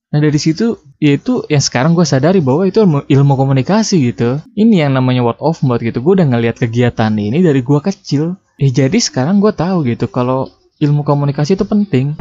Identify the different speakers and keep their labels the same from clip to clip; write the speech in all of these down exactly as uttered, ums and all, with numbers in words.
Speaker 1: Nah dari situ, ya itu yang sekarang gue sadari bahwa itu ilmu, ilmu komunikasi gitu. Ini yang namanya word of mouth gitu. Gue udah ngeliat kegiatan ini dari gue kecil. Eh jadi sekarang gue tahu gitu kalau ilmu komunikasi itu penting.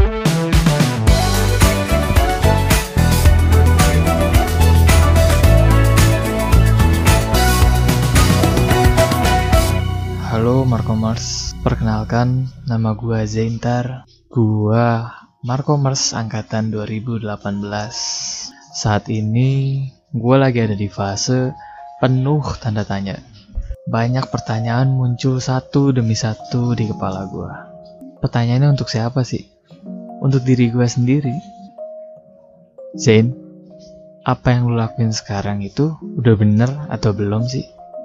Speaker 1: Halo Markomers, perkenalkan nama gue Zaintar. Gue Markomers angkatan dua ribu delapan belas. Saat ini gue lagi ada di fase penuh tanda tanya. Banyak pertanyaan muncul satu demi satu di kepala gue. Pertanyaannya untuk siapa sih? Untuk diri gue sendiri. Zain, apa yang lu lakuin sekarang itu udah bener atau belum sih?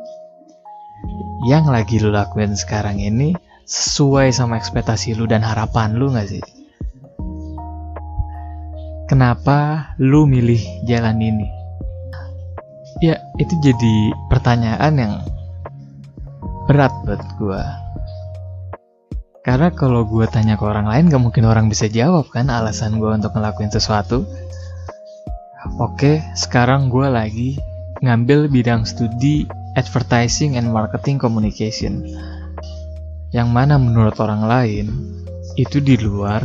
Speaker 1: Yang lagi lu lakuin sekarang ini sesuai sama ekspektasi lu dan harapan lu gak sih? Kenapa lu milih jalan ini? Ya, itu jadi pertanyaan yang berat buat gue. Karena kalau gue tanya ke orang lain, gak mungkin orang bisa jawab kan alasan gue untuk ngelakuin sesuatu. Oke, sekarang gue lagi ngambil bidang studi Advertising and Marketing Communication, yang mana menurut orang lain itu di luar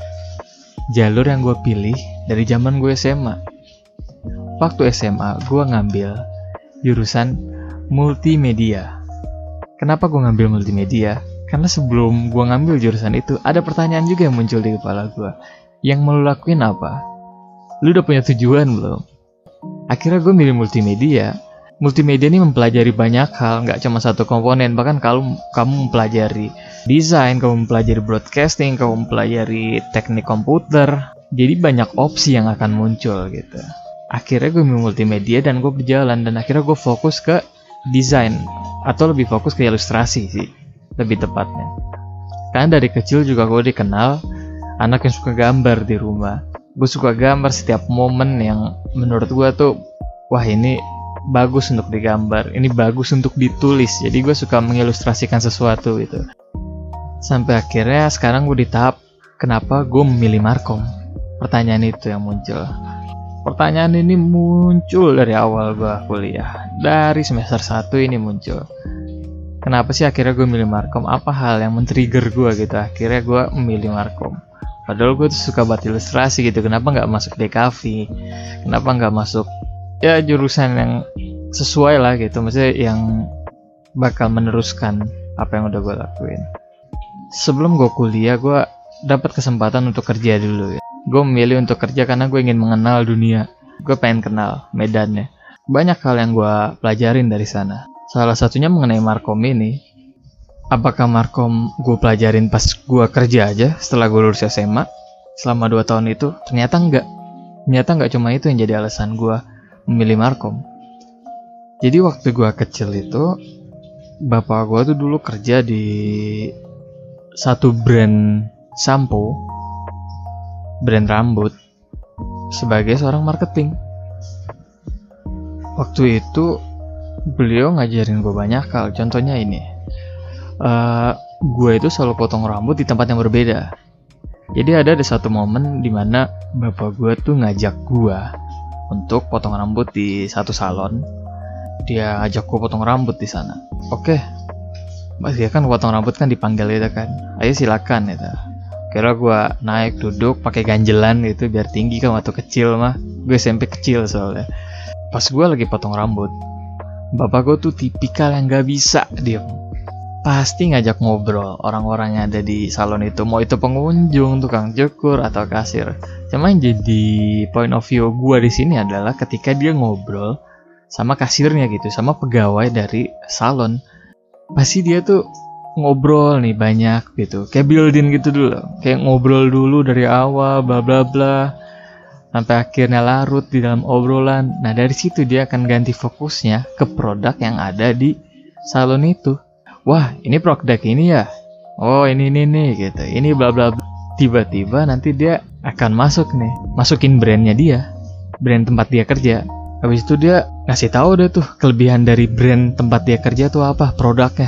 Speaker 1: jalur yang gue pilih dari zaman gue S M A. Waktu S M A gue ngambil jurusan multimedia. Kenapa gue ngambil multimedia? Karena sebelum gue ngambil jurusan itu ada pertanyaan juga yang muncul di kepala gue. Yang mau lu lakuin apa? Lu udah punya tujuan belum? Akhirnya gue milih multimedia. Multimedia ini mempelajari banyak hal, nggak cuma satu komponen. Bahkan kalau kamu mempelajari desain, kamu mempelajari broadcasting, kamu mempelajari teknik komputer. Jadi banyak opsi yang akan muncul gitu. Akhirnya gue milih multimedia dan gue berjalan. Dan akhirnya gue fokus ke desain. Atau lebih fokus ke ilustrasi sih, lebih tepatnya. Karena dari kecil juga gue dikenal anak yang suka gambar di rumah. Gue suka gambar setiap momen yang menurut gue tuh, wah ini bagus untuk digambar, ini bagus untuk ditulis. Jadi gue suka mengilustrasikan sesuatu gitu. Sampai akhirnya sekarang gue di tahap kenapa gue memilih Markom. Pertanyaan itu yang muncul. Pertanyaan ini muncul dari awal gue kuliah. Dari semester satu ini muncul. Kenapa sih akhirnya gue milih Markom? Apa hal yang men-trigger gue gitu? Akhirnya gue memilih Markom. Padahal gue tuh suka buat ilustrasi gitu. Kenapa gak masuk D K V? Kenapa gak masuk ya jurusan yang sesuai lah gitu, maksudnya yang bakal meneruskan apa yang udah gue lakuin. Sebelum gue kuliah, gue dapat kesempatan untuk kerja dulu ya. Gue memilih untuk kerja karena gue ingin mengenal dunia. Gue pengen kenal medannya. Banyak hal yang gue pelajarin dari sana. Salah satunya mengenai Markom ini. Apakah Markom gue pelajarin pas gue kerja aja setelah gue lulus S M A selama dua tahun itu? Ternyata enggak. Ternyata enggak cuma itu yang jadi alasan gue memilih Markom. Jadi waktu gue kecil itu, bapak gue tuh dulu kerja di satu brand sampo, brand rambut, sebagai seorang marketing. Waktu itu beliau ngajarin gue banyak hal. Contohnya ini, uh, gue itu selalu potong rambut di tempat yang berbeda. Jadi ada di satu momen dimana bapak gue tuh ngajak gue untuk potong rambut di satu salon. Dia ajak gue potong rambut di sana. Oke, mas dia kan potong rambut kan dipanggil gitu kan. Ayo silakan gitu. Kira gue naik duduk pakai ganjelan gitu biar tinggi kan waktu kecil mah. Gue S M P kecil soalnya. Pas gue lagi potong rambut, bapak gue tuh tipikal yang gak bisa diem. Pasti ngajak ngobrol orang-orang yang ada di salon itu. Mau itu pengunjung, tukang cukur, atau kasir. Cuma yang jadi point of view gue di sini adalah ketika dia ngobrol sama kasirnya gitu, sama pegawai dari salon. Pasti dia tuh ngobrol nih banyak gitu. Kayak building gitu dulu. Kayak ngobrol dulu dari awal, bla bla bla. Sampai akhirnya larut di dalam obrolan. Nah dari situ dia akan ganti fokusnya ke produk yang ada di salon itu. Wah, ini produk ini ya. Oh, ini ini nih gitu. Ini bla bla bla. Tiba-tiba nanti dia akan masuk nih, masukin brandnya dia, brand tempat dia kerja. Habis itu dia ngasih tahu deh tuh kelebihan dari brand tempat dia kerja tuh apa, produknya.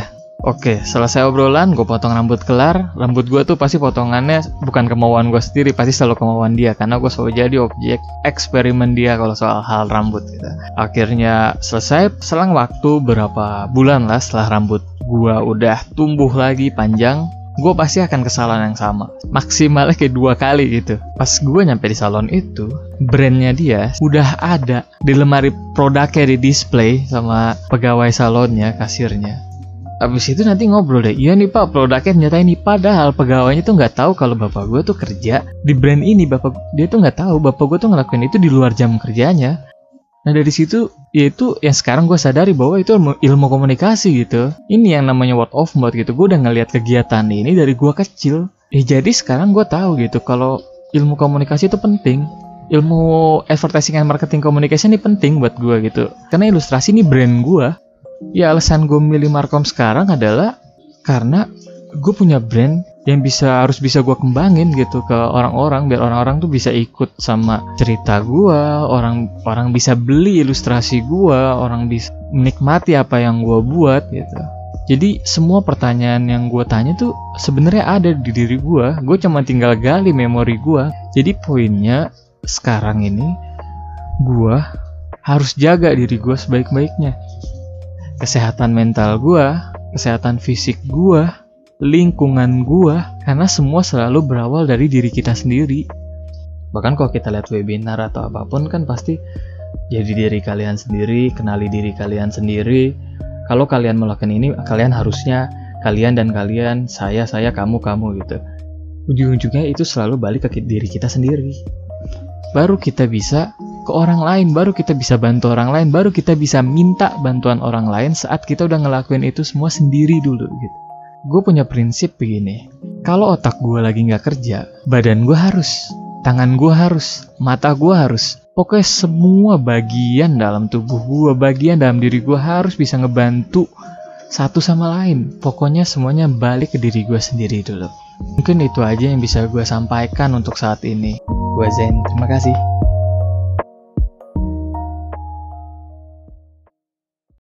Speaker 1: Oke, selesai obrolan, gue potong rambut kelar. Rambut gue tuh pasti potongannya bukan kemauan gue sendiri, pasti selalu kemauan dia, karena gue selalu jadi objek eksperimen dia kalau soal hal rambut gitu. Akhirnya selesai, selang waktu berapa bulan lah setelah rambut gue udah tumbuh lagi panjang, gue pasti akan kesalahan yang sama, maksimalnya kayak dua kali gitu. Pas gue nyampe di salon itu, brandnya dia udah ada di lemari produknya, di display sama pegawai salonnya, kasirnya. Abis itu nanti ngobrol deh, iya nih pak produknya ternyata ini, padahal pegawainya tuh nggak tahu kalau bapak gue tuh kerja di brand ini. Bapak dia tuh nggak tahu bapak gue tuh ngelakuin itu di luar jam kerjanya. Nah dari situ, yaitu yang sekarang gue sadari bahwa itu ilmu, ilmu komunikasi gitu. Ini yang namanya word of mouth gitu. Gue udah ngeliat kegiatan ini dari gue kecil. Eh jadi sekarang gue tahu gitu kalau ilmu komunikasi itu penting. Ilmu advertising and marketing communication ini penting buat gue gitu. Karena ilustrasi ini brand gue. Ya alasan gue milih Markom sekarang adalah karena gue punya brand yang bisa harus bisa gue kembangin gitu ke orang-orang, biar orang-orang tuh bisa ikut sama cerita gue, orang orang bisa beli ilustrasi gue, orang bisa menikmati apa yang gue buat gitu. Jadi semua pertanyaan yang gue tanya tuh sebenarnya ada di diri gue, gue cuma tinggal gali memori gue. Jadi poinnya sekarang ini gue harus jaga diri gue sebaik-baiknya. Kesehatan mental gue, kesehatan fisik gue, lingkungan gue, karena semua selalu berawal dari diri kita sendiri. Bahkan kalau kita lihat webinar atau apapun kan pasti jadi diri kalian sendiri, kenali diri kalian sendiri. Kalau kalian melakukan ini, kalian harusnya kalian dan kalian, saya, saya, kamu, kamu gitu. Ujung-ujungnya itu selalu balik ke diri kita sendiri. Baru kita bisa ke orang lain, baru kita bisa bantu orang lain, baru kita bisa minta bantuan orang lain saat kita udah ngelakuin itu semua sendiri dulu gitu. Gue punya prinsip begini, kalau otak gue lagi gak kerja, badan gue harus, tangan gue harus, mata gue harus, pokoknya semua bagian dalam tubuh gue, bagian dalam diri gue harus bisa ngebantu satu sama lain. Pokoknya semuanya balik ke diri gue sendiri dulu. Mungkin itu aja yang bisa gue sampaikan untuk saat ini. Gue Zen, terima kasih.